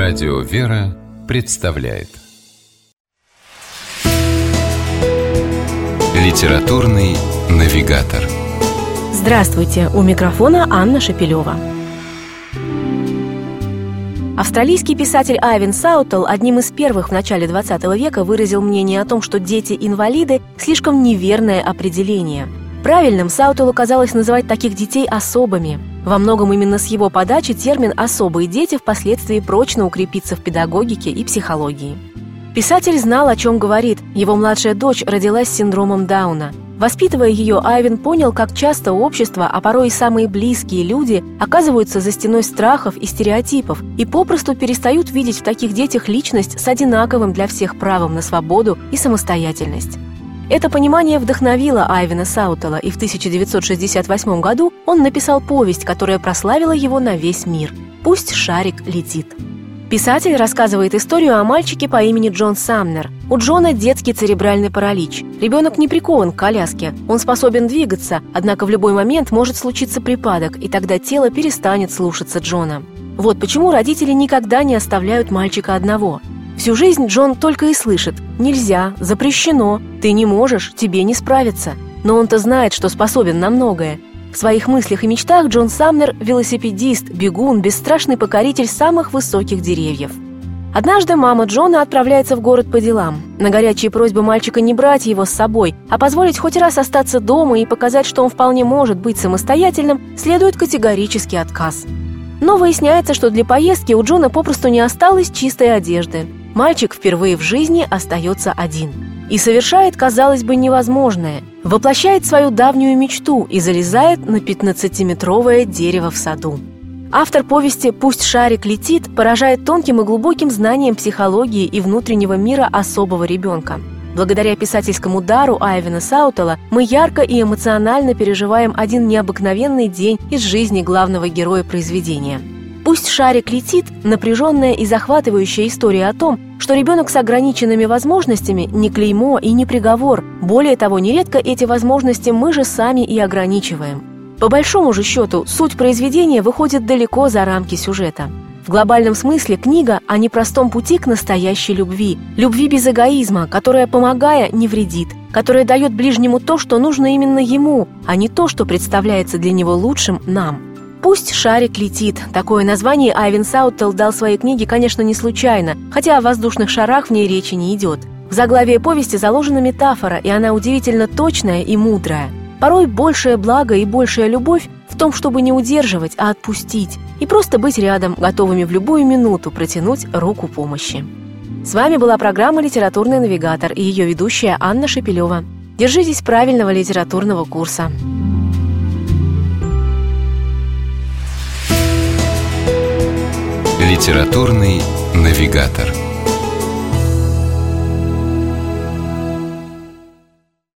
Радио «Вера» представляет Литературный навигатор. Здравствуйте! У микрофона Анна Шепелева. Австралийский писатель Айвен Саутел одним из первых в начале XX века выразил мнение о том, что дети-инвалиды – слишком неверное определение. Правильным Саутелу казалось называть таких детей особыми. Во многом именно с его подачи термин «особые дети» впоследствии прочно укрепится в педагогике и психологии. Писатель знал, о чем говорит. Его младшая дочь родилась с синдромом Дауна. Воспитывая ее, Айвен понял, как часто общество, а порой и самые близкие люди, оказываются за стеной страхов и стереотипов и попросту перестают видеть в таких детях личность с одинаковым для всех правом на свободу и самостоятельность. Это понимание вдохновило Айвена Саутела, и в 1968 году он написал повесть, которая прославила его на весь мир «Пусть шарик летит». Писатель рассказывает историю о мальчике по имени Джон Самнер. У Джона детский церебральный паралич. Ребенок не прикован к коляске, он способен двигаться, однако в любой момент может случиться припадок, и тогда тело перестанет слушаться Джона. Вот почему родители никогда не оставляют мальчика одного. Всю жизнь Джон только и слышит: «Нельзя, запрещено, ты не можешь, тебе не справиться». Но он-то знает, что способен на многое. В своих мыслях и мечтах Джон Самнер – велосипедист, бегун, бесстрашный покоритель самых высоких деревьев. Однажды мама Джона отправляется в город по делам. На горячие просьбы мальчика не брать его с собой, а позволить хоть раз остаться дома и показать, что он вполне может быть самостоятельным, следует категорический отказ. Но выясняется, что для поездки у Джона попросту не осталось чистой одежды. Мальчик впервые в жизни остается один. И совершает, казалось бы, невозможное. Воплощает свою давнюю мечту и залезает на 15-метровое дерево в саду. Автор повести «Пусть шарик летит» поражает тонким и глубоким знанием психологии и внутреннего мира особого ребенка. Благодаря писательскому дару Айвена Саутела мы ярко и эмоционально переживаем один необыкновенный день из жизни главного героя произведения. «Пусть шарик летит» – напряженная и захватывающая история о том, что ребенок с ограниченными возможностями не клеймо и не приговор. Более того, нередко эти возможности мы же сами и ограничиваем. По большому же счету, суть произведения выходит далеко за рамки сюжета. В глобальном смысле книга о непростом пути к настоящей любви. Любви без эгоизма, которая, помогая, не вредит, которая дает ближнему то, что нужно именно ему, а не то, что представляется для него лучшим нам. «Пусть шарик летит» – такое название Айвен Саутел дал своей книге, конечно, не случайно, хотя о воздушных шарах в ней речи не идет. В заглавии повести заложена метафора, и она удивительно точная и мудрая. Порой большее благо и большая любовь в том, чтобы не удерживать, а отпустить, и просто быть рядом, готовыми в любую минуту протянуть руку помощи. С вами была программа «Литературный навигатор» и ее ведущая Анна Шепелева. Держитесь правильного литературного курса. Литературный навигатор.